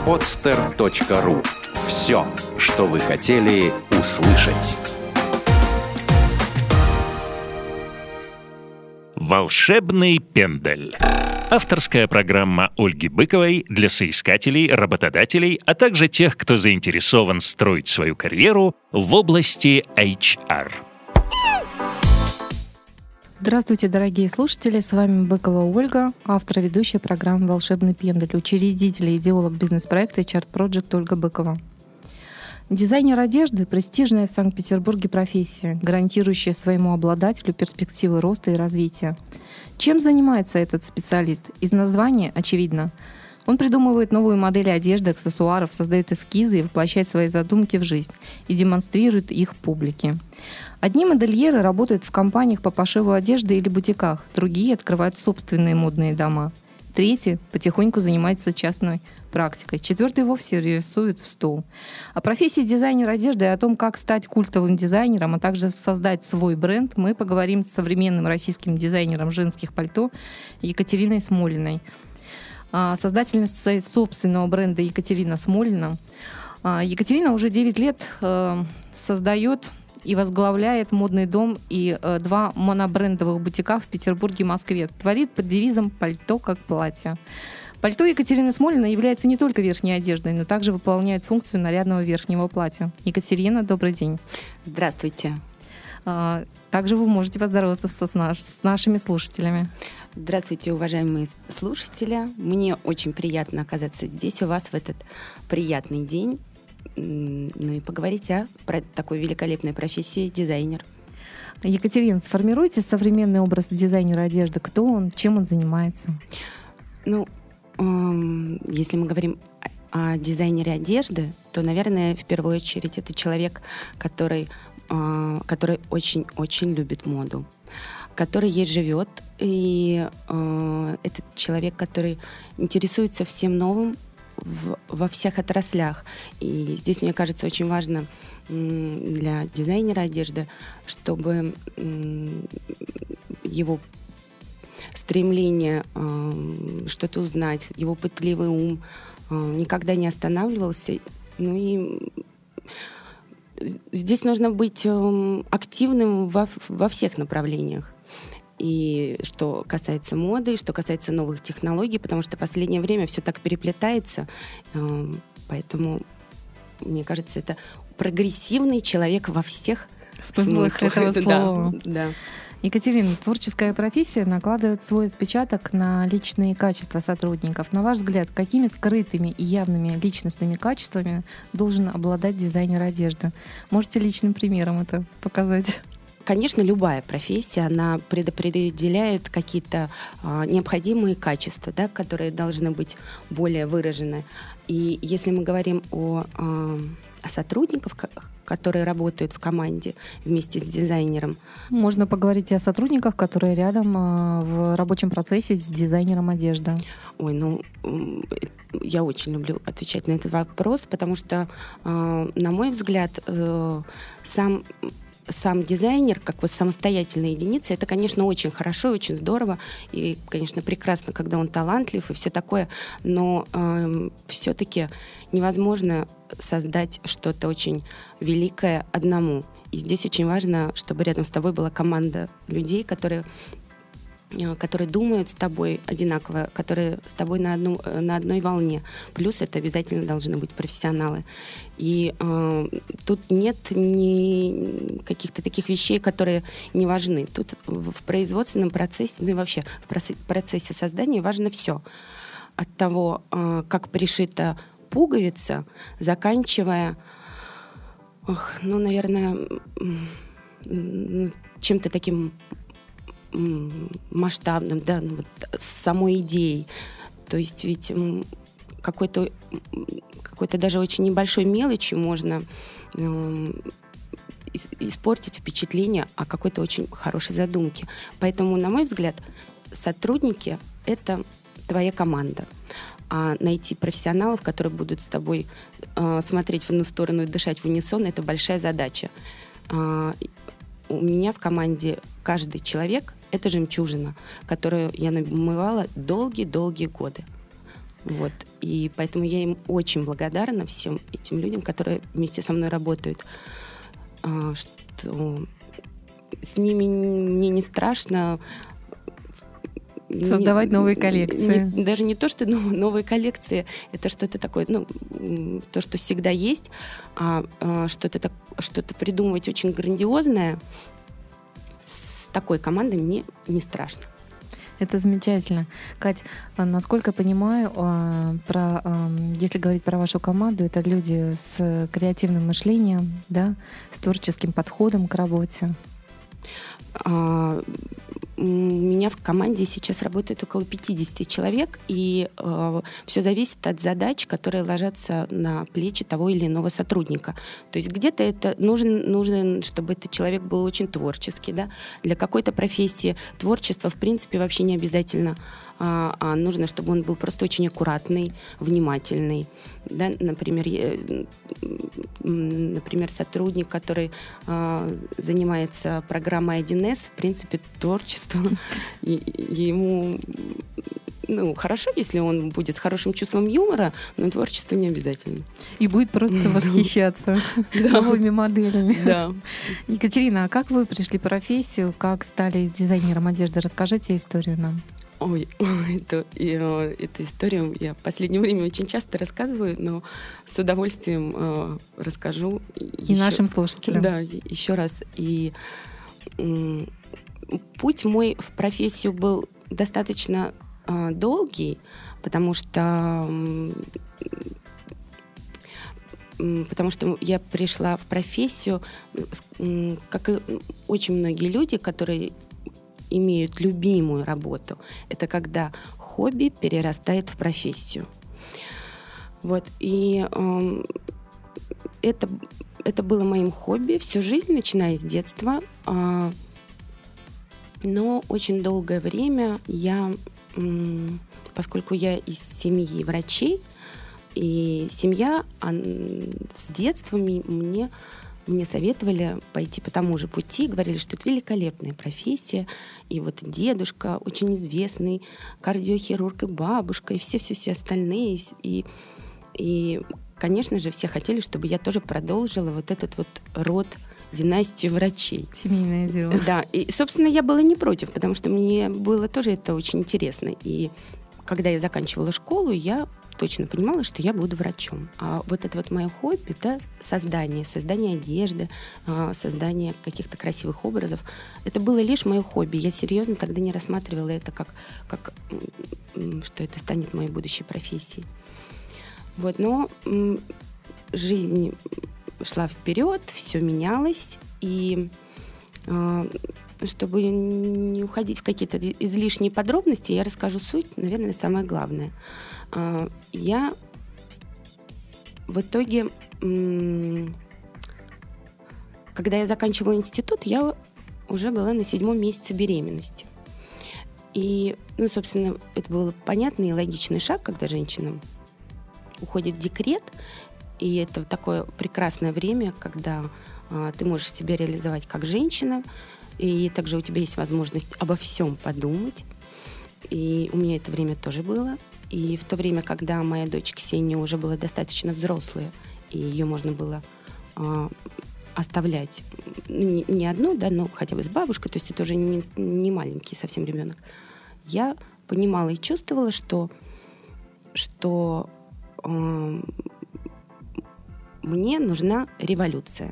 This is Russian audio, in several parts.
podster.ru. Все, что вы хотели услышать. «Волшебный пендель». Авторская программа Ольги Быковой для соискателей, работодателей, а также тех, кто заинтересован строить свою карьеру в области HR. Здравствуйте, дорогие слушатели! С вами Быкова Ольга, автор и ведущая программы «Волшебный пендель», учредитель и идеолог бизнес-проекта HR Project Ольга Быкова. Дизайнер одежды – престижная в Санкт-Петербурге профессия, гарантирующая своему обладателю перспективы роста и развития. Чем занимается этот специалист? Из названия очевидно. Он придумывает новые модели одежды, аксессуаров, создает эскизы и воплощает свои задумки в жизнь и демонстрирует их публике. Одни модельеры работают в компаниях по пошиву одежды или бутиках, другие открывают собственные модные дома. Третий потихоньку занимается частной практикой. Четвертый вовсе рисует в стол. О профессии дизайнера одежды и о том, как стать культовым дизайнером, а также создать свой бренд, мы поговорим с современным российским дизайнером женских пальто Екатериной Смолиной. Создательницей собственного бренда Екатерина Смолина. Екатерина уже 9 лет создает и возглавляет модный дом и 2 монобрендовых бутика в Петербурге и Москве. Творит под девизом «Пальто как платье». Пальто Екатерины Смолиной является не только верхней одеждой, но также выполняет функцию нарядного верхнего платья. Екатерина, добрый день. Здравствуйте. Также вы можете поздороваться с нашими слушателями. Здравствуйте, уважаемые слушатели. Мне очень приятно оказаться здесь у вас в этот приятный день. Ну и поговорить про такой великолепной профессии дизайнер. Екатерина, сформируйте современный образ дизайнера одежды. Кто он, чем он занимается? Если мы говорим о дизайнере одежды, то, наверное, в первую очередь это человек, который очень-очень любит моду, который ей живет, и это человек, который интересуется всем новым во всех отраслях. И здесь, мне кажется, очень важно для дизайнера одежды, чтобы его стремление что-то узнать, его пытливый ум никогда не останавливался. Ну и здесь нужно быть активным во всех направлениях. И что касается моды, что касается новых технологий, потому что в последнее время все так переплетается. Поэтому, мне кажется, это прогрессивный человек во всех смыслах этого слова. Да. Екатерина, творческая профессия накладывает свой отпечаток на личные качества сотрудников. На ваш взгляд, какими скрытыми и явными личностными качествами должен обладать дизайнер одежды? Можете личным примером это показать? Конечно, любая профессия, она предопределяет какие-то необходимые качества, да, которые должны быть более выражены. И если мы говорим о сотрудниках, которые работают в команде вместе с дизайнером. Можно поговорить и о сотрудниках, которые рядом в рабочем процессе с дизайнером одежды. Я очень люблю отвечать на этот вопрос, потому что, на мой взгляд, сам дизайнер, как вот самостоятельная единица, это, конечно, очень хорошо, очень здорово, и, конечно, прекрасно, когда он талантлив и все такое, но все-таки невозможно создать что-то очень великое одному. И здесь очень важно, чтобы рядом с тобой была команда людей, которые думают с тобой одинаково, которые с тобой на одной волне. Плюс это обязательно должны быть профессионалы. И тут нет ни каких-то таких вещей, которые не важны. Тут в производственном процессе, ну и вообще в процессе создания важно все. От того, как пришита пуговица, заканчивая, наверное, чем-то таким масштабным, да, с самой идеей. То есть ведь какой-то даже очень небольшой мелочью можно испортить впечатление о какой-то очень хорошей задумке. Поэтому, на мой взгляд, сотрудники — это твоя команда. А найти профессионалов, которые будут с тобой смотреть в одну сторону и дышать в унисон, это большая задача. У меня в команде каждый человек — это жемчужина, которую я намывала долгие-долгие годы. Вот. И поэтому я им очень благодарна, всем этим людям, которые вместе со мной работают, что с ними мне не страшно создавать новые коллекции. Даже не то, что новые коллекции, это что-то такое, то, что всегда есть, а что-то придумывать очень грандиозное. С такой командой мне не страшно. Это замечательно. Кать, насколько я понимаю, если говорить про вашу команду, это люди с креативным мышлением, да, с творческим подходом к работе. У меня в команде сейчас работает около 50 человек, и все зависит от задач, которые ложатся на плечи того или иного сотрудника. То есть где-то это нужно, чтобы этот человек был очень творческий. Да? Для какой-то профессии творчество, в принципе, вообще не обязательно, а нужно, чтобы он был просто очень аккуратный, внимательный. Да? Например, сотрудник, который занимается программой 1С, в принципе, творчество. Ему хорошо, если он будет с хорошим чувством юмора, но творчество не обязательно. И будет просто восхищаться новыми моделями. Да. Екатерина, а как вы пришли в профессию, как стали дизайнером одежды? Расскажите историю нам. Ой, эту историю я в последнее время очень часто рассказываю, но с удовольствием расскажу. И нашим слушателям. Да, еще раз. И путь мой в профессию был достаточно долгий, потому что я пришла в профессию, как и очень многие люди, которые имеют любимую работу. Это когда хобби перерастает в профессию. Вот. И это было моим хобби всю жизнь, начиная с детства. Но очень долгое время поскольку я из семьи врачей, и семья с детства мне советовали пойти по тому же пути, говорили, что это великолепная профессия. И вот дедушка, очень известный кардиохирург, и бабушка, и все остальные. И, конечно же, все хотели, чтобы я тоже продолжила вот этот вот род, династию врачей. Семейное дело. Да, и, собственно, я была не против, потому что мне было тоже это очень интересно. И когда я заканчивала школу, я точно понимала, что я буду врачом. А вот это вот мое хобби, да, создание одежды, создание каких-то красивых образов, это было лишь мое хобби. Я серьезно тогда не рассматривала это как что это станет моей будущей профессией. Вот, но жизнь шла вперед, все менялось, и чтобы не уходить в какие-то излишние подробности, я расскажу суть, наверное, самое главное. Я в итоге, когда я заканчивала институт, я уже была на 7-м месяце беременности. И, собственно, это был понятный и логичный шаг, когда женщина уходит в декрет, и это такое прекрасное время, когда ты можешь себя реализовать как женщина, и также у тебя есть возможность обо всем подумать. И у меня это время тоже было. И в то время, когда моя дочь Ксения уже была достаточно взрослая, и ее можно было оставлять не одну, да, но хотя бы с бабушкой, то есть это уже не маленький совсем ребенок, я понимала и чувствовала, что мне нужна революция.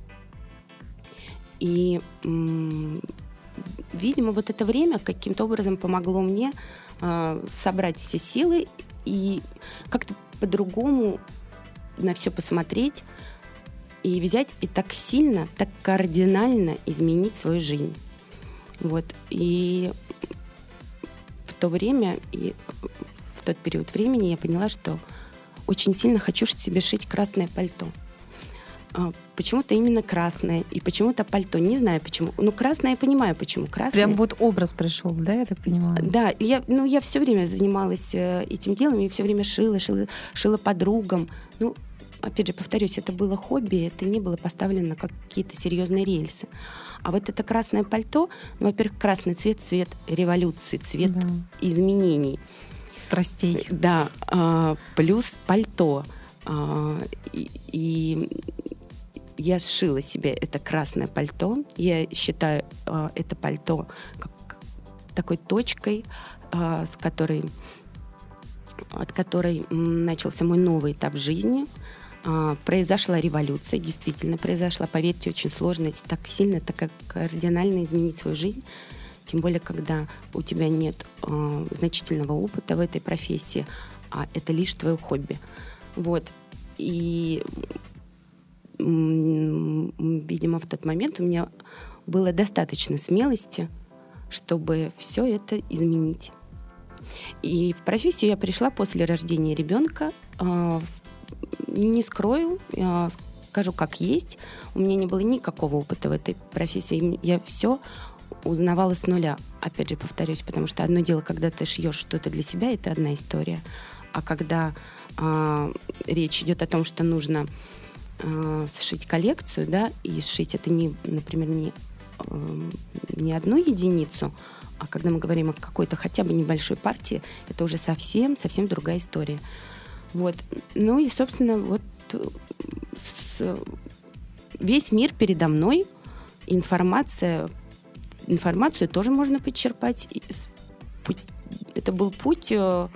И, видимо, вот это время каким-то образом помогло мне собрать все силы и как-то по-другому на все посмотреть и взять и так сильно, так кардинально изменить свою жизнь. Вот. И в то время, и в тот период времени я поняла, что очень сильно хочу себе шить красное пальто. Почему-то именно красное, и почему-то пальто. Не знаю почему. Красное я понимаю, почему красное. Прям вот образ пришел, да, я так понимаю? Да, я все время занималась этим делом, и все время шила подругам. Опять же, повторюсь, это было хобби, это не было поставлено на какие-то серьезные рельсы. А вот это красное пальто, во-первых, красный цвет революции, цвет изменений. страстей. Да, плюс пальто. И я сшила себе это красное пальто. Я считаю это пальто как такой точкой, от которой начался мой новый этап жизни. Произошла революция, действительно произошла. Поверьте, очень сложно так сильно, так кардинально изменить свою жизнь. Тем более, когда у тебя нет значительного опыта в этой профессии, а это лишь твое хобби. Вот. И, видимо, в тот момент у меня было достаточно смелости, чтобы все это изменить. И в профессию я пришла после рождения ребенка. Не скрою, скажу как есть. У меня не было никакого опыта в этой профессии. Я все узнавала с нуля. Опять же, повторюсь, потому что одно дело, когда ты шьешь что-то для себя, это одна история. А когда речь идет о том, что нужно сшить коллекцию, да, и сшить это например, не одну единицу, а когда мы говорим о какой-то хотя бы небольшой партии, это уже совсем другая история. Вот. Ну и, собственно, вот весь мир передо мной, информацию тоже можно подчерпать. Это был путь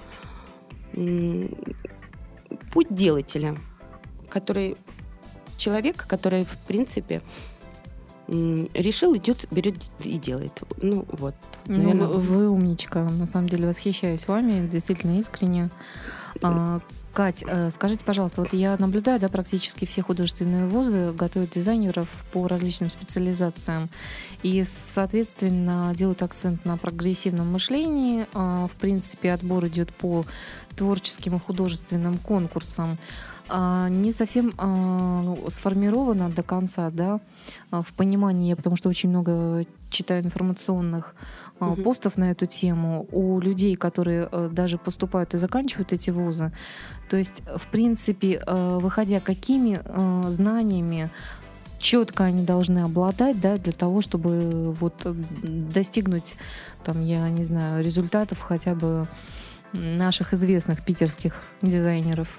делателя, человека, который, в принципе, решил, идет, берет и делает. Ну, вот. Ну, вы умничка. На самом деле восхищаюсь вами, действительно искренне. Кать, скажите, пожалуйста, вот я наблюдаю, да, практически все художественные вузы готовят дизайнеров по различным специализациям и, соответственно, делают акцент на прогрессивном мышлении. В принципе, отбор идет по творческим и художественным конкурсам. Не совсем сформировано до конца, да, в понимании, потому что очень много читаю информационных постов на эту тему у людей, которые даже поступают и заканчивают эти вузы. То есть, в принципе, выходя какими знаниями четко они должны обладать, да, для того, чтобы вот достигнуть, там, я не знаю, результатов хотя бы наших известных питерских дизайнеров?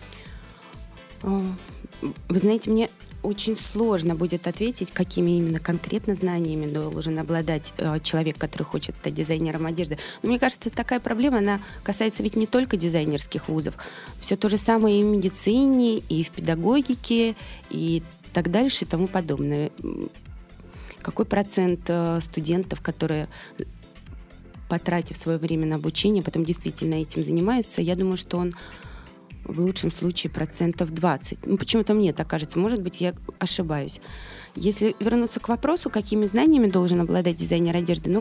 Вы знаете, мне очень сложно будет ответить, какими именно конкретно знаниями должен обладать человек, который хочет стать дизайнером одежды. Но мне кажется, такая проблема, она касается ведь не только дизайнерских вузов. Все то же самое и в медицине, и в педагогике, и так дальше, и тому подобное. Какой процент студентов, которые, потратив свое время на обучение, потом действительно этим занимаются, я думаю, что он в лучшем случае 20%. Ну, почему-то мне так кажется. Может быть, я ошибаюсь. Если вернуться к вопросу, какими знаниями должен обладать дизайнер одежды,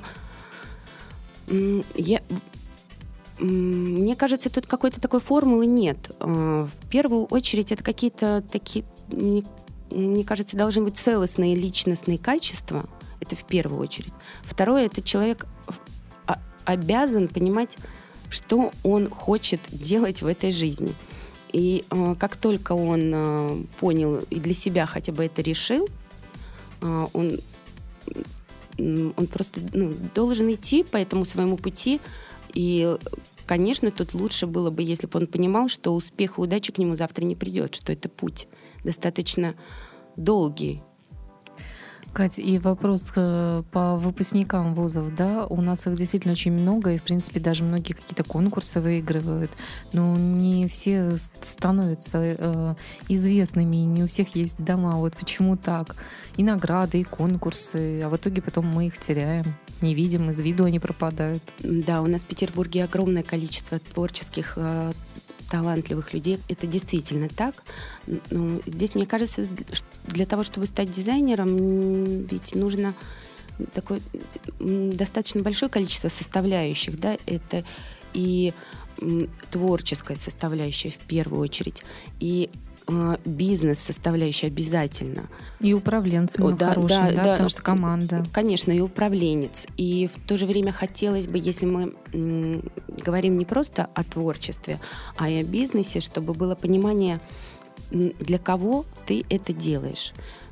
мне кажется, тут какой-то такой формулы нет. В первую очередь, это какие-то такие, мне кажется, должны быть целостные личностные качества. Это в первую очередь. Второе, это человек обязан понимать, что он хочет делать в этой жизни. И как только он понял и для себя хотя бы это решил, он просто должен идти по этому своему пути. И, конечно, тут лучше было бы, если бы он понимал, что успех и удача к нему завтра не придет, что это путь достаточно долгий. Катя, и вопрос по выпускникам вузов, да, у нас их действительно очень много, и, в принципе, даже многие какие-то конкурсы выигрывают, но не все становятся известными, и не у всех есть дома, вот почему так? И награды, и конкурсы, а в итоге потом мы их теряем, не видим, из виду они пропадают. Да, у нас в Петербурге огромное количество творческих талантливых людей. Это действительно так. Но здесь, мне кажется, для того, чтобы стать дизайнером, ведь нужно такое достаточно большое количество составляющих. Да? Это и творческая составляющая в первую очередь, и бизнес-составляющая обязательно. И управленцем хорошим, да, потому что команда. Конечно, и управленец. И в то же время хотелось бы, если мы говорим не просто о творчестве, а и о бизнесе, чтобы было понимание, для кого ты это делаешь.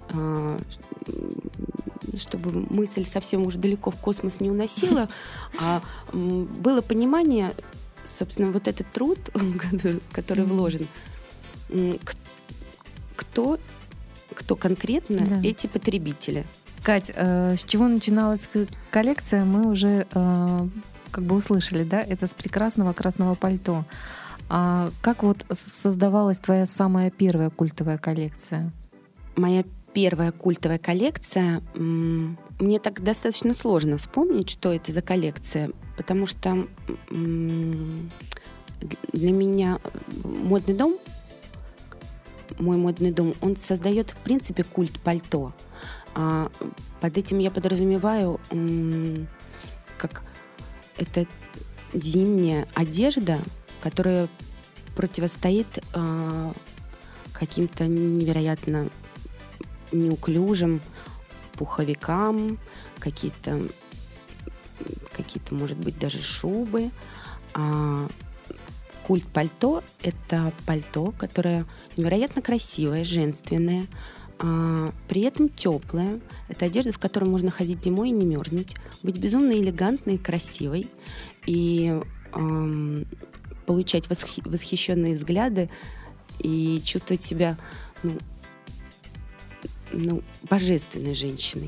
Чтобы мысль совсем уж далеко в космос не уносила, а было понимание, собственно, вот этот труд, который вложен, кто конкретно эти потребители? Кать, с чего начиналась коллекция, мы уже как бы услышали, да? Это с прекрасного красного пальто. А как вот создавалась твоя самая первая культовая коллекция? Моя первая культовая коллекция, мне так достаточно сложно вспомнить, что это за коллекция, потому что для меня мой модный дом, он создает, в принципе, культ пальто. А под этим я подразумеваю, как это зимняя одежда, которая противостоит каким-то невероятно неуклюжим пуховикам, какие-то, может быть, даже шубы. Культ пальто — это пальто, которое невероятно красивое, женственное, при этом теплая. Это одежда, в которой можно ходить зимой и не мерзнуть, быть безумно элегантной и красивой, и получать восхищенные взгляды и чувствовать себя божественной женщиной.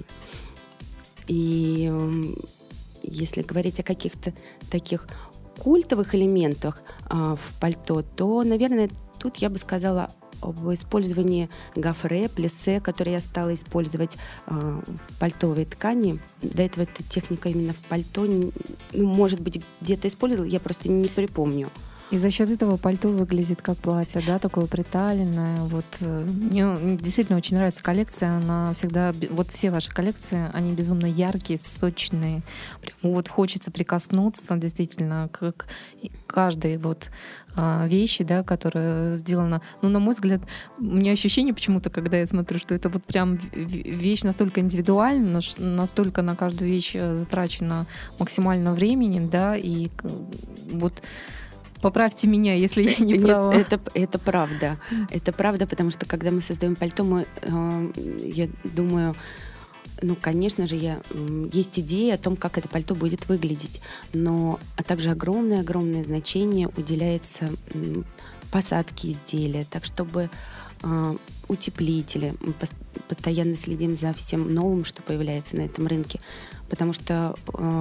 И если говорить о каких-то таких культовых элементах в пальто, то, наверное, тут я бы сказала об использовании гофре, плиссе, которое я стала использовать в пальтовой ткани. До этого эта техника именно в пальто, может быть, где-то использовала, я просто не припомню. И за счет этого пальто выглядит как платье, да, такое приталенное. Вот мне действительно очень нравится коллекция. Она всегда, вот все ваши коллекции, они безумно яркие, сочные. Прям вот хочется прикоснуться действительно к каждой вот вещи, да, которая сделана. Ну, на мой взгляд, у меня ощущение почему-то, когда я смотрю, что это вот прям вещь настолько индивидуальна, настолько на каждую вещь затрачено максимально времени, да, и вот поправьте меня, если я не права. Это правда. Это правда, потому что когда мы создаем пальто, я думаю, конечно же, есть идея о том, как это пальто будет выглядеть, а также огромное значение уделяется посадке изделия, так чтобы утеплители. Мы постоянно следим за всем новым, что появляется на этом рынке, потому что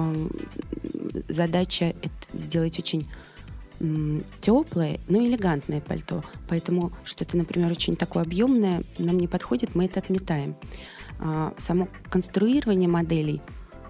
задача — это сделать очень теплое, но элегантное пальто. Поэтому что-то, например, очень такое объемное нам не подходит, мы это отметаем. Само конструирование моделей,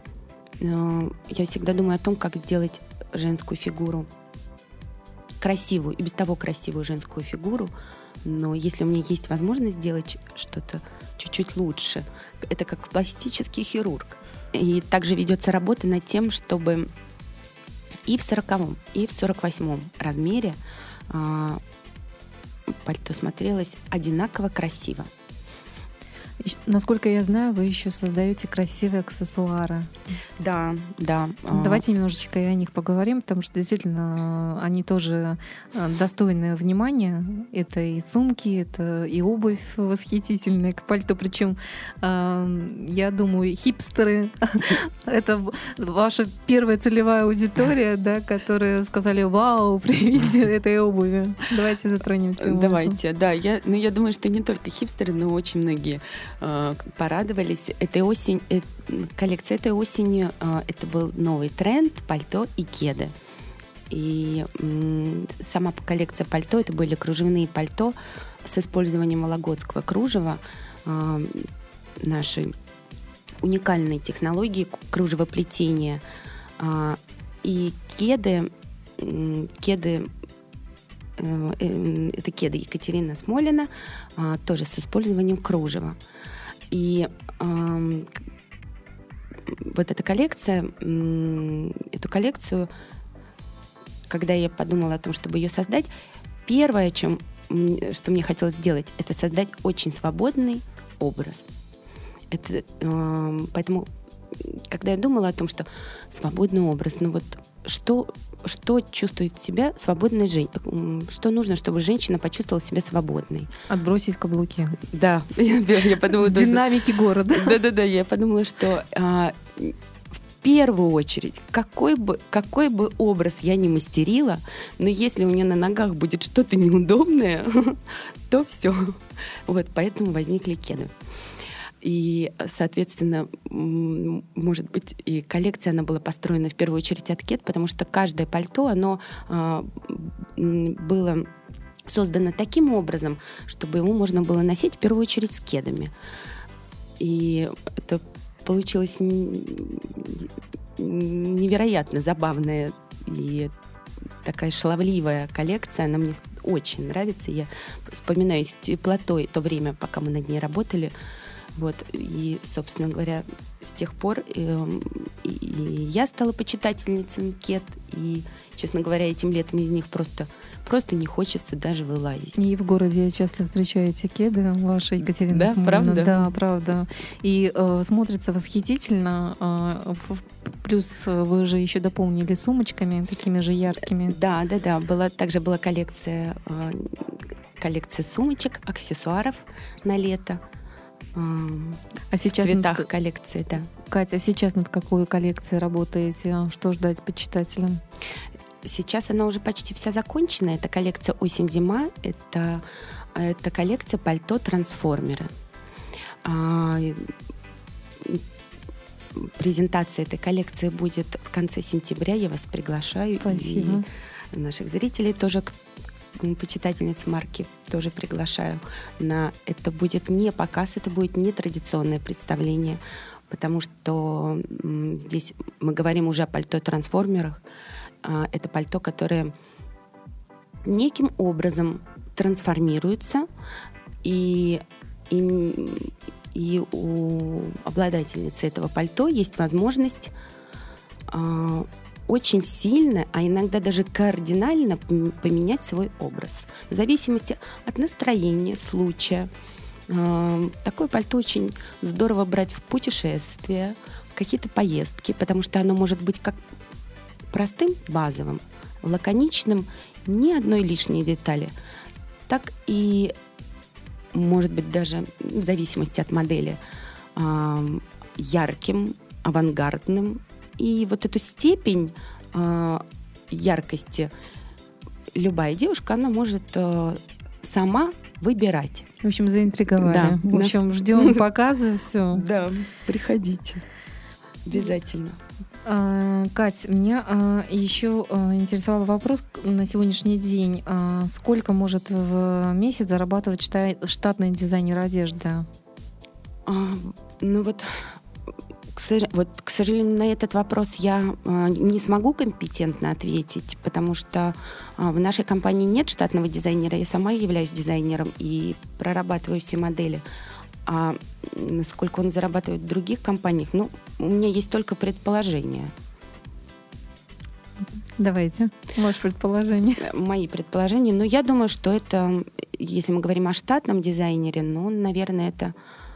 я всегда думаю о том, как сделать женскую фигуру красивую, и без того красивую женскую фигуру, но если у меня есть возможность сделать что-то чуть-чуть лучше, это как пластический хирург. И также ведется работа над тем, чтобы и в 40-м, и в 48-м размере пальто смотрелось одинаково красиво. Насколько я знаю, вы еще создаете красивые аксессуары. Да. Давайте немножечко и о них поговорим, потому что действительно они тоже достойны внимания. Это и сумки, это и обувь восхитительная к пальто. Причем, я думаю, хипстеры — это ваша первая целевая аудитория, да, которые сказали: «Вау, при виде этой обуви». Давайте затронем тему. Давайте, да. Я думаю, что не только хипстеры, но очень многие порадовались. Коллекция этой осени это был новый тренд — пальто и кеды. И сама коллекция пальто — это были кружевные пальто с использованием вологодского кружева, нашей уникальной технологии кружевоплетения. И кеды это кеды Екатерина Смолина, тоже с использованием кружева. И вот эту коллекцию, когда я подумала о том, чтобы ее создать, первое, что мне хотелось сделать, это создать очень свободный образ. Поэтому, когда я думала о том, что свободный образ, что чувствует себя свободной женщиной? Что нужно, чтобы женщина почувствовала себя свободной? Отбросить каблуки. Да, я подумала... Динамики города. Да, я подумала, что первую очередь, какой бы образ я ни мастерила, но если у меня на ногах будет что-то неудобное, то все. Вот поэтому возникли кеды. И, соответственно, может быть, и коллекция, она была построена в первую очередь от кед, потому что каждое пальто, оно было создано таким образом, чтобы его можно было носить в первую очередь с кедами. И это получилось невероятно забавная и такая шаловливая коллекция. Она мне очень нравится. Я вспоминаю с теплотой то время, пока мы над ней работали. Вот. И, собственно говоря, с тех пор и я стала почитательницей кед. И, честно говоря, этим летом из них просто не хочется даже вылазить. И в городе часто встречаете кеды ваши, Екатерина Да, Смолина. правда? Да, правда. И смотрится восхитительно. Плюс вы же еще дополнили сумочками, такими же яркими. Да. Также была коллекция сумочек, аксессуаров на лето. А сейчас в цветах коллекции, да. Катя, а сейчас над какой коллекцией работаете? Что ждать почитателям? Сейчас она уже почти вся закончена. Это коллекция осень-зима. Это коллекция пальто-трансформеры. Презентация этой коллекции будет в конце сентября. Я вас приглашаю. Спасибо. И наших зрителей тоже, почитательниц марки, тоже приглашаю. Это будет не показ, это будет не традиционное представление, потому что здесь мы говорим уже о пальто-трансформерах. Это пальто, которое неким образом трансформируется, и у обладательницы этого пальто есть возможность очень сильно, а иногда даже кардинально поменять свой образ. В зависимости от настроения, случая. Такое пальто очень здорово брать в путешествия, в какие-то поездки, потому что оно может быть как простым, базовым, лаконичным, ни одной лишней детали, так и, может быть, даже в зависимости от модели, ярким, авангардным. И вот эту степень яркости любая девушка, она может сама выбирать. В общем, заинтриговали. Да. В общем, ждем показа, все. Да, приходите. Обязательно. Кать, меня еще интересовал вопрос на сегодняшний день. Сколько может в месяц зарабатывать штатный дизайнер одежды? К сожалению, на этот вопрос я не смогу компетентно ответить, потому что в нашей компании нет штатного дизайнера. Я сама являюсь дизайнером и прорабатываю все модели. А сколько он зарабатывает в других компаниях, у меня есть только предположения. Давайте, ваше предположение. Мои предположения. Но я думаю, что это, если мы говорим о штатном дизайнере, наверное, это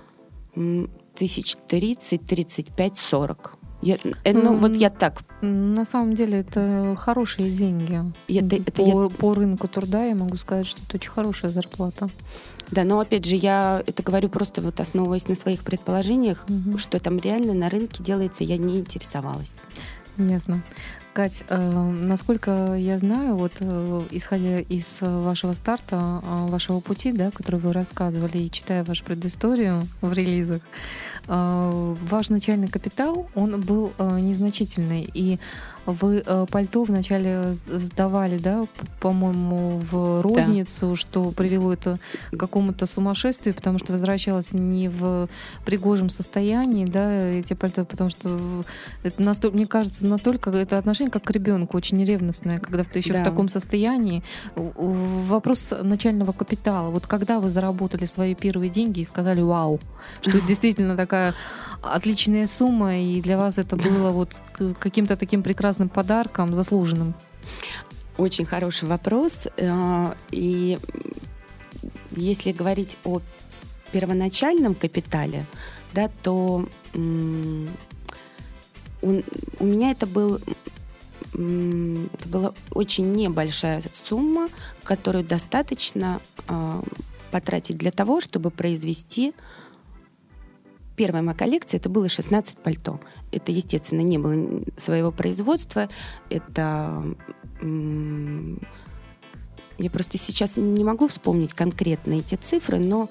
1030, 35, 40. Я так. На самом деле это хорошие деньги. По рынку труда я могу сказать, что это очень хорошая зарплата. Да, но опять же, я это говорю просто основываясь на своих предположениях, что там реально на рынке делается, я не интересовалась. Ясно. Кать, насколько я знаю, исходя из вашего старта, вашего пути, да, который вы рассказывали, и читая вашу предысторию в релизах, ваш начальный капитал, он был незначительный, и вы пальто вначале сдавали, да, по-моему, в розницу, да, что привело это к какому-то сумасшествию, потому что возвращалось не в пригожем состоянии, да, эти пальто, потому что это мне кажется, настолько это отношение как к ребенку, очень ревностное, когда ты еще в таком состоянии. Вопрос начального капитала. Когда вы заработали свои первые деньги и сказали «Вау», что это действительно такая отличная сумма, и для вас это было каким-то таким прекрасным подарком, заслуженным? Очень хороший вопрос. И если говорить о первоначальном капитале, да, то у меня это была очень небольшая сумма, которую достаточно потратить для того, чтобы произвести первая моя коллекция, это было 16 пальто. Это, естественно, не было своего производства. Это... Я просто сейчас не могу вспомнить конкретно эти цифры, но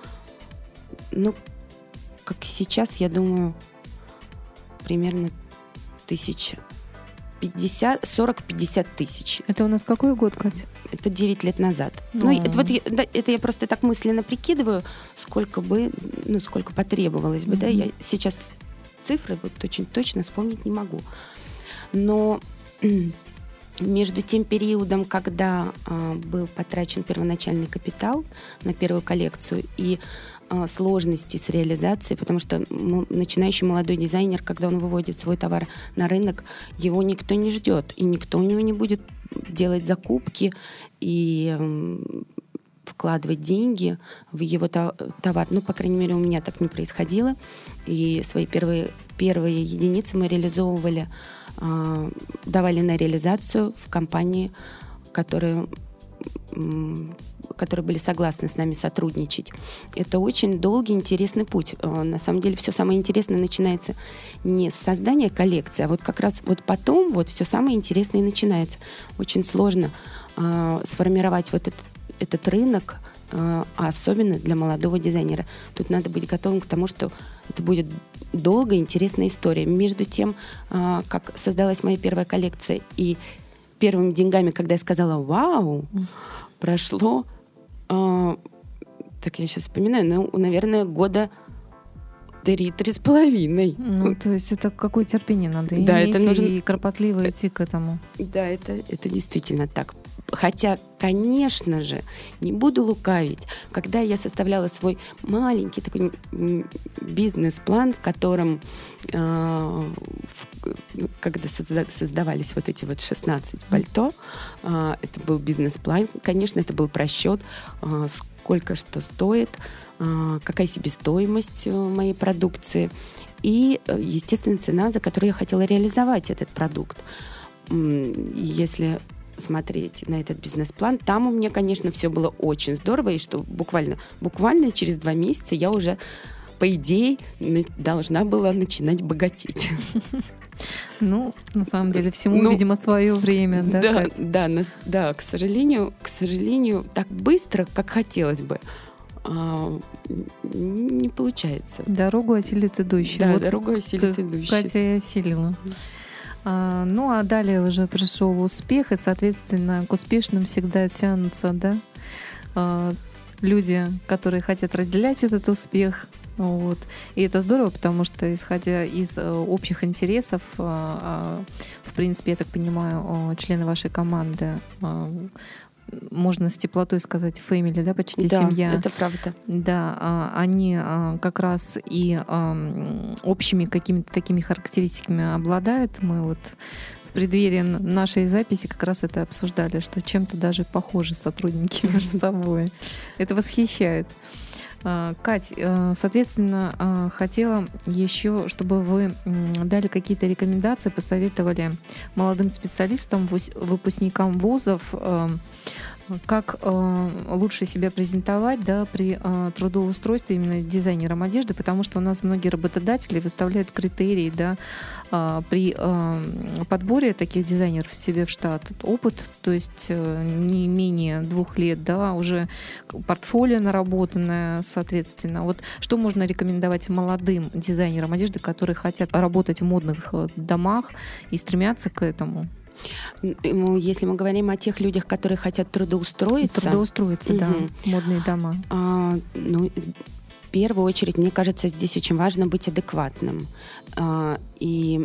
как сейчас, я думаю, примерно 40-50 тысяч. Это у нас какой год, Катя? Это 9 лет назад. Ну, это я просто так мысленно прикидываю, сколько потребовалось бы. Да? Я сейчас цифры очень точно вспомнить не могу. Но между тем периодом, когда был потрачен первоначальный капитал на первую коллекцию и сложности с реализацией, потому что начинающий молодой дизайнер, когда он выводит свой товар на рынок, его никто не ждет, и никто у него не будет делать закупки и вкладывать деньги в его товар. Ну, по крайней мере, у меня так не происходило. И свои первые единицы мы реализовывали, давали на реализацию в компании, которые были согласны с нами сотрудничать. Это очень долгий, интересный путь. На самом деле, все самое интересное начинается не с создания коллекции, а вот как раз вот потом вот все самое интересное и начинается. Очень сложно сформировать вот этот рынок, а особенно для молодого дизайнера. Тут надо быть готовым к тому, что это будет долгая, интересная история. Между тем, как создалась моя первая коллекция, и первыми деньгами, когда я сказала «Вау!», прошло, так я сейчас вспоминаю, наверное, года 3-3,5. Ну, то есть это какое терпение надо иметь, это нужно... и кропотливо идти к этому. Да, это действительно так. Хотя, конечно же, не буду лукавить, когда я составляла свой маленький такой бизнес-план, в котором, когда создавались вот эти вот 16 пальто, это был бизнес-план, конечно, это был просчет, сколько что стоит, какая себестоимость моей продукции и, естественно, цена, за которую я хотела реализовать этот продукт. Если смотреть на этот бизнес-план, там у меня, конечно, все было очень здорово, и что буквально через 2 месяца я уже, по идее, должна была начинать богатеть. Ну, на самом деле, всему, видимо, свое время. Да, к сожалению, так быстро, как хотелось бы, не получается. Дорогу осилит идущий. Да, дорогу осилит идущий. Катя осилила. Ну, а далее уже пришел успех, и, соответственно, к успешным всегда тянутся, да, люди, которые хотят разделять этот успех. Вот. И это здорово, потому что, исходя из общих интересов, в принципе, я так понимаю, члены вашей команды, можно с теплотой сказать, family, да, почти семья. Да, это правда. Да, они как раз и общими какими-то такими характеристиками обладают. Мы вот в преддверии нашей записи как раз это обсуждали, что чем-то даже похожи сотрудники между собой. Это восхищает. Кать, соответственно, хотела еще, чтобы вы дали какие-то рекомендации, посоветовали молодым специалистам, выпускникам вузов, как лучше себя презентовать, да, при трудоустройстве именно дизайнером одежды, потому что у нас многие работодатели выставляют критерии, да, при подборе таких дизайнеров себе в штат. Опыт, то есть не менее 2 лет, да, уже портфолио наработанное, соответственно. Вот что можно рекомендовать молодым дизайнерам одежды, которые хотят работать в модных домах и стремятся к этому? Если мы говорим о тех людях, которые хотят трудоустроиться... Да, модные дома. В первую очередь, мне кажется, здесь очень важно быть адекватным. И,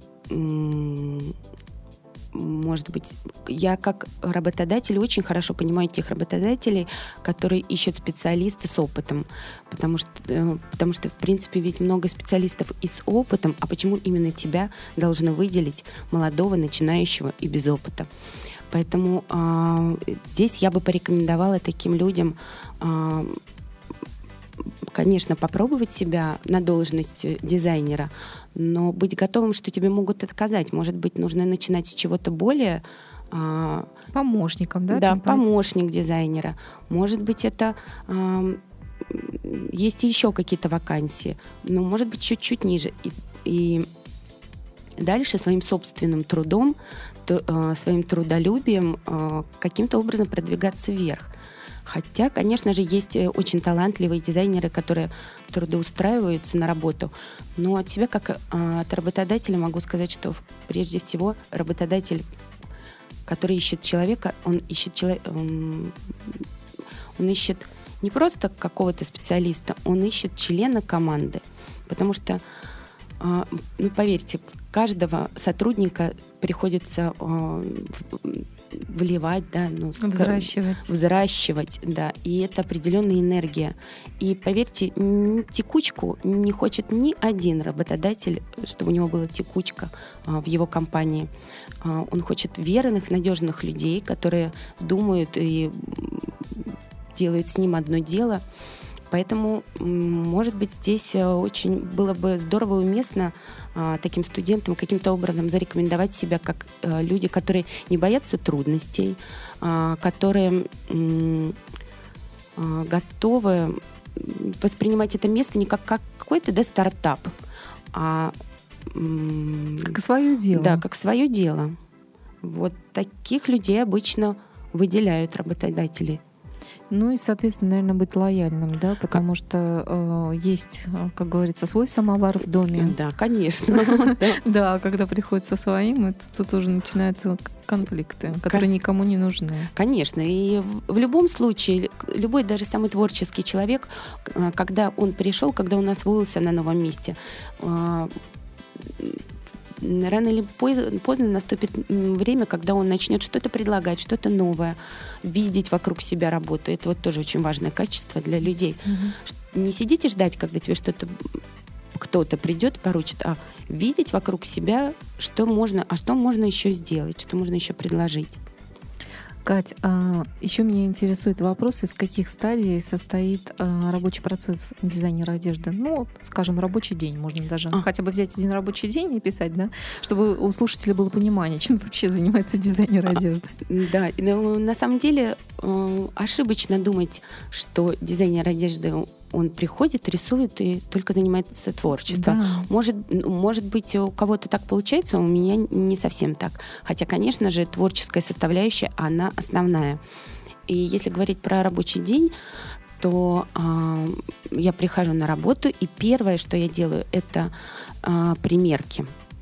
может быть, я как работодатель очень хорошо понимаю тех работодателей, которые ищут специалиста с опытом. Потому что, в принципе, ведь много специалистов и с опытом, а почему именно тебя должны выделить, молодого, начинающего и без опыта? Поэтому здесь я бы порекомендовала таким людям, конечно, попробовать себя на должности дизайнера, но быть готовым, что тебе могут отказать. Может быть, нужно начинать с чего-то более... Помощником, да? Да, помощник дизайнера. Может быть, это есть еще какие-то вакансии, но, может быть, чуть-чуть ниже. И дальше своим собственным трудом, своим трудолюбием каким-то образом продвигаться вверх. Хотя, конечно же, есть очень талантливые дизайнеры, которые трудоустраиваются на работу. Но от себя, как от работодателя, могу сказать, что прежде всего работодатель, который ищет человека, он ищет не просто какого-то специалиста, он ищет члена команды. Потому что, поверьте, каждого сотрудника приходится вливать, да, взращивать, да, и это определенная энергия. И поверьте, текучку не хочет ни один работодатель, чтобы у него была текучка в его компании. Он хочет верных, надежных людей, которые думают и делают с ним одно дело. Поэтому, может быть, здесь очень было бы здорово и уместно таким студентам каким-то образом зарекомендовать себя как люди, которые не боятся трудностей, которые готовы воспринимать это место не как какой-то стартап, а как свое дело. Да, как свое дело. Вот таких людей обычно выделяют работодатели. Ну и, соответственно, наверное, быть лояльным, да, потому что есть, как говорится, свой самовар в доме. Да, конечно. Да, когда приходится своим, тут уже начинаются конфликты, которые никому не нужны. Конечно, и в любом случае, любой даже самый творческий человек, когда он пришел, когда он освоился на новом месте, рано или поздно наступит время, когда он начнет что-то предлагать, что-то новое, видеть вокруг себя работу. Это вот тоже очень важное качество для людей. Не сидеть и ждать, когда тебе кто-то придет, поручит, а видеть вокруг себя, что можно еще сделать, что можно еще предложить. Кать, еще меня интересует вопрос, из каких стадий состоит рабочий процесс дизайнера одежды. Ну, скажем, рабочий день. Можно даже хотя бы взять один рабочий день и писать, да, чтобы у слушателя было понимание, чем вообще занимается дизайнер одежды. Да, на самом деле ошибочно думать, что дизайнер одежды, он приходит, рисует и только занимается творчеством. Да. Может быть, у кого-то так получается, у меня не совсем так. Хотя, конечно же, творческая составляющая, она основная. И если говорить про рабочий день, то я прихожу на работу, и первое, что я делаю, это примерки.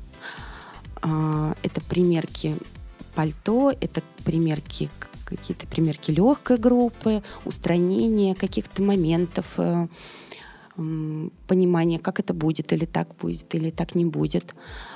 Это примерки пальто, это какие-то примерки легкой группы, устранение каких-то моментов, понимание, как это будет, или так не будет.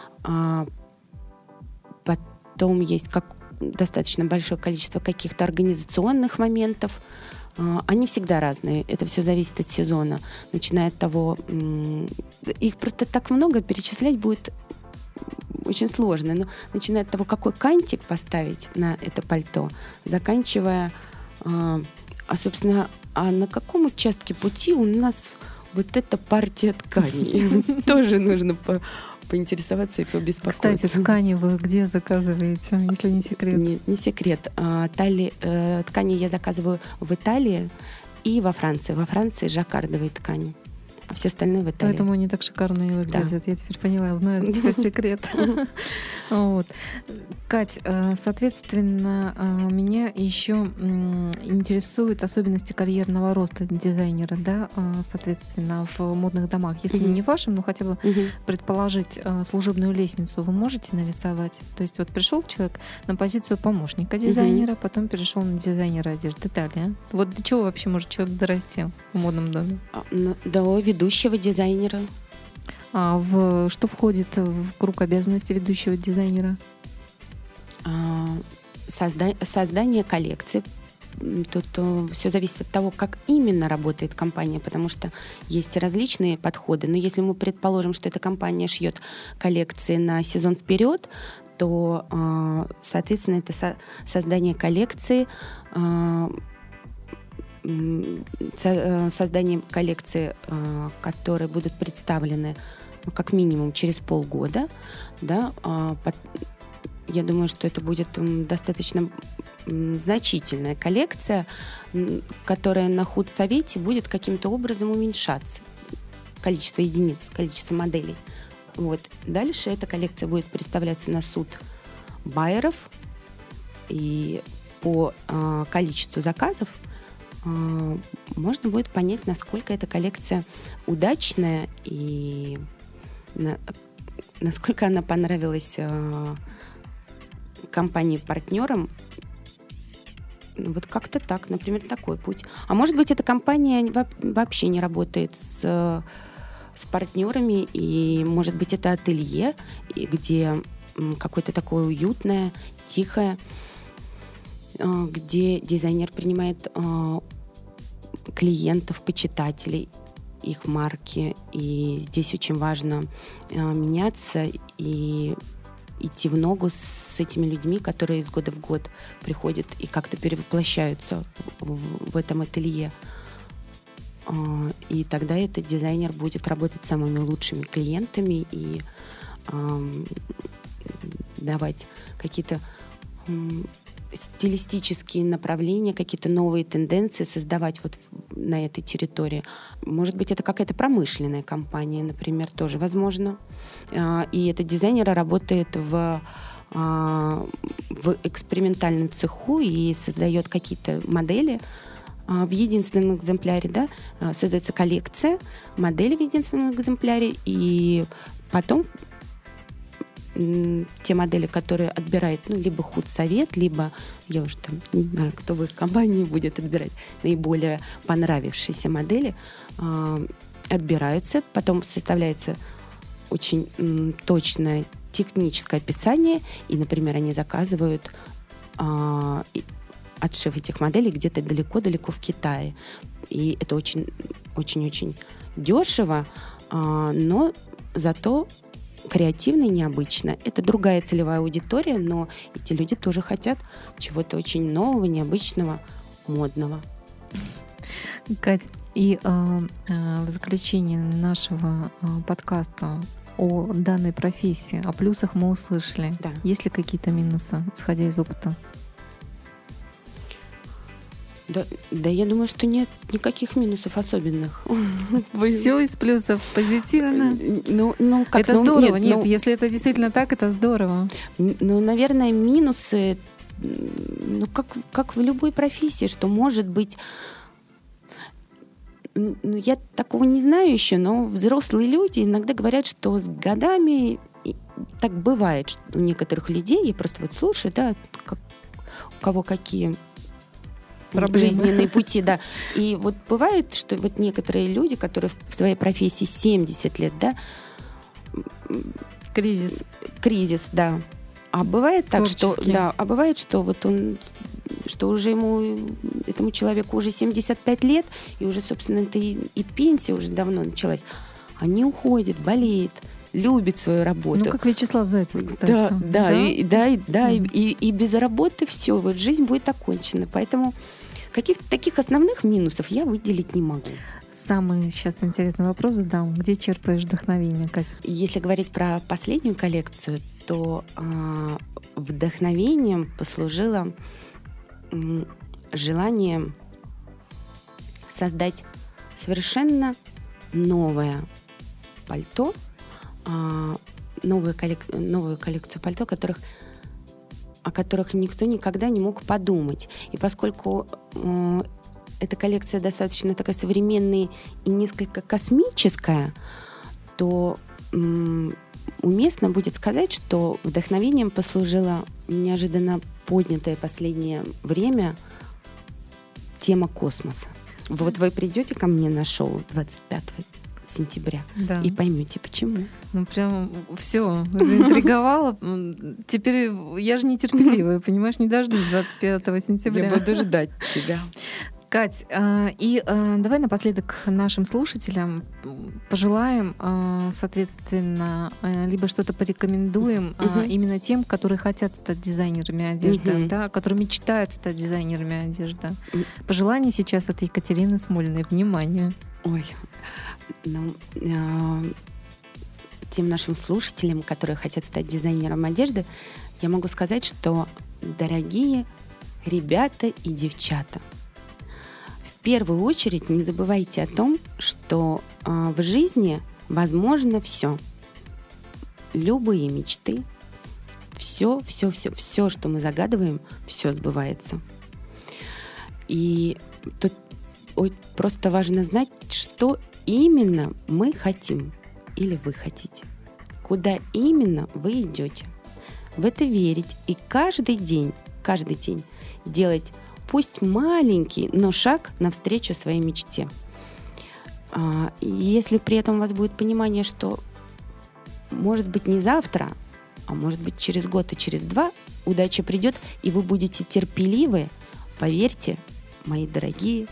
Потом есть достаточно большое количество каких-то организационных моментов. Они всегда разные. Это все зависит от сезона. Начиная от того, их просто так много, перечислять будет очень сложно, но начиная от того, какой кантик поставить на это пальто, заканчивая, собственно, на каком участке пути у нас вот эта партия ткани. Тоже нужно поинтересоваться и побеспокоиться. Кстати, ткани вы где заказываете, если не секрет? Нет, не секрет. Ткани я заказываю в Италии и во Франции. Во Франции жаккардовые ткани. А все остальные в Италии. Поэтому они так шикарно и выглядят. Да. Я теперь поняла, знаю теперь секрет. Кать, соответственно, меня еще интересуют особенности карьерного роста дизайнера, да, соответственно, в модных домах. Если не вашим, но хотя бы предположить служебную лестницу вы можете нарисовать? То есть вот пришел человек на позицию помощника дизайнера, потом перешел на дизайнера одежды. Италия. Вот до чего вообще может человек дорасти в модном доме? До ведущего дизайнера. Что входит в круг обязанностей ведущего дизайнера? Создание коллекции. Тут все зависит от того, как именно работает компания, потому что есть различные подходы. Но если мы предположим, что эта компания шьет коллекции на сезон вперед, то, соответственно, это создание коллекции, которые будут представлены как минимум через полгода, да, я думаю, что это будет достаточно значительная коллекция, которая на худсовете будет каким-то образом уменьшаться. Количество единиц, количество моделей. Вот. Дальше эта коллекция будет представляться на суд байеров, и по количеству заказов можно будет понять, насколько эта коллекция удачная и насколько она понравилась компании-партнерам. Вот как-то так, например, такой путь. А может быть, эта компания вообще не работает с партнерами, и, может быть, это ателье, где какое-то такое уютное, тихое, где дизайнер принимает клиентов, почитателей их марки. И здесь очень важно меняться и идти в ногу с этими людьми, которые из года в год приходят и как-то перевоплощаются в этом ателье. И тогда этот дизайнер будет работать с самыми лучшими клиентами и давать какие-то стилистические направления, какие-то новые тенденции создавать вот на этой территории. Может быть, это какая-то промышленная компания, например, тоже возможно. И этот дизайнер работает в экспериментальном цеху и создает какие-то модели в единственном экземпляре, да, создается коллекция моделей в единственном экземпляре, и потом те модели, которые отбирает, либо худсовет, либо, я уже там не знаю, кто в их компании будет отбирать наиболее понравившиеся модели, отбираются, потом составляется очень точное техническое описание, и, например, они заказывают отшив этих моделей где-то далеко-далеко в Китае. И это очень-очень дешево, но зато креативно и необычно. Это другая целевая аудитория, но эти люди тоже хотят чего-то очень нового, необычного, модного. Кать, и в заключение нашего подкаста о данной профессии, о плюсах мы услышали. Да. Есть ли какие-то минусы, исходя из опыта? Да, я думаю, что нет никаких минусов особенных. Все из плюсов позитивно. Это здорово. Нет, если это действительно так, это здорово. Наверное, минусы, как в любой профессии, что может быть... Я такого не знаю еще, но взрослые люди иногда говорят, что с годами так бывает, что у некоторых людей, я просто вот слушаю, да, у кого какие жизненные пути, да. И вот бывает, что вот некоторые люди, которые в своей профессии 70 лет, да, кризис, да. А бывает так, что вот он, что уже этому человеку уже 75 лет, и уже, собственно, это и пенсия уже давно началась. Они уходят, болеют, любит свою работу. Как Вячеслав Зайцев, кстати. Да. И без работы все, вот жизнь будет окончена. Поэтому каких-то таких основных минусов я выделить не могу. Самый сейчас интересный вопрос задам. Где черпаешь вдохновение, Катя? Если говорить про последнюю коллекцию, то вдохновением послужило желание создать совершенно новое пальто, новую коллекцию пальто, о которых никто никогда не мог подумать. И поскольку эта коллекция достаточно такая современная и несколько космическая, то уместно будет сказать, что вдохновением послужила неожиданно поднятая в последнее время тема космоса. Вот вы придете ко мне на шоу 25 сентября и поймете, почему. Прям все, заинтриговала. Теперь я же нетерпеливая, понимаешь, не дождусь 25 сентября. Я буду ждать тебя. Кать, и давай напоследок нашим слушателям пожелаем, соответственно, либо что-то порекомендуем именно тем, которые хотят стать дизайнерами одежды, да, которые мечтают стать дизайнерами одежды. Пожелание сейчас от Екатерины Смолиной. Внимание. Ой, тем нашим слушателям, которые хотят стать дизайнером одежды, я могу сказать, что, дорогие ребята и девчата, в первую очередь не забывайте о том, что в жизни возможно все. Любые мечты, все, что мы загадываем, все сбывается. И тут просто важно знать, что именно мы хотим или вы хотите, куда именно вы идете. В это верить и каждый день делать пусть маленький, но шаг навстречу своей мечте. Если при этом у вас будет понимание, что может быть не завтра, а может быть через год и через 2 удача придет, и вы будете терпеливы, поверьте, мои дорогие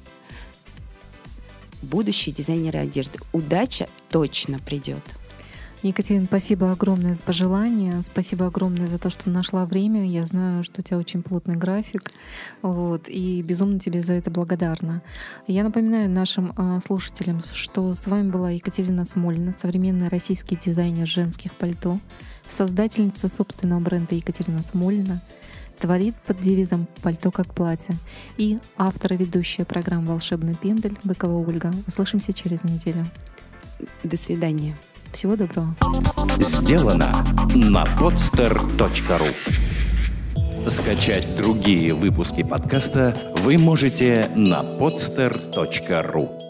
будущие дизайнеры одежды, удача точно придет. Екатерина, спасибо огромное за пожелания, спасибо огромное за то, что нашла время. Я знаю, что у тебя очень плотный график, и безумно тебе за это благодарна. Я напоминаю нашим слушателям, что с вами была Екатерина Смолина, современный российский дизайнер женских пальто, создательница собственного бренда Екатерина Смолина, творит под девизом «Пальто как платье» и автор и ведущая программы «Волшебный пендель» Быкова Ольга. Услышимся через неделю. До свидания. Всего доброго. Сделано на podster.ru. Скачать другие выпуски подкаста вы можете на podster.ru.